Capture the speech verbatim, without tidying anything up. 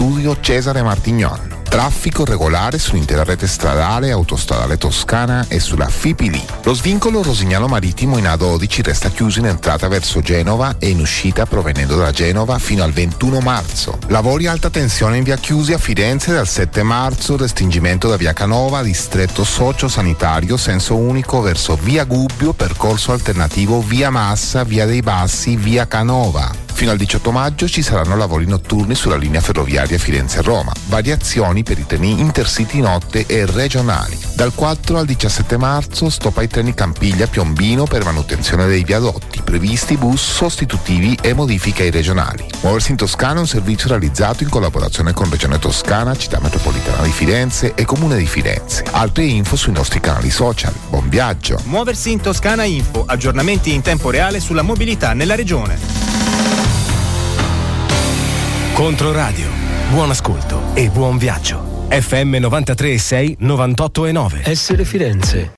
studio Cesare Martignon. Traffico regolare sull'intera rete stradale e autostradale toscana e sulla Fipili. Lo svincolo Rosignano Marittimo in A dodici resta chiuso in entrata verso Genova e in uscita provenendo da Genova fino al ventuno marzo. Lavori alta tensione in via Chiusi a Firenze dal sette marzo, restringimento da via Canova, distretto socio-sanitario, senso unico verso via Gubbio, percorso alternativo via Massa, via dei Bassi, via Canova. Fino al diciotto maggio ci saranno lavori notturni sulla linea ferroviaria Firenze-Roma, variazioni per i treni intercity notte e regionali. Dal quattro al diciassette marzo stop ai treni Campiglia-Piombino per manutenzione dei viadotti, previsti bus sostitutivi e modifiche ai regionali. Muoversi in Toscana è un servizio realizzato in collaborazione con Regione Toscana, Città Metropolitana di Firenze e Comune di Firenze. Altre info sui nostri canali social. Buon viaggio! Muoversi in Toscana Info, aggiornamenti in tempo reale sulla mobilità nella regione. Controradio, buon ascolto e buon viaggio. F M novantatré e sei, novantotto e nove. Essere Firenze.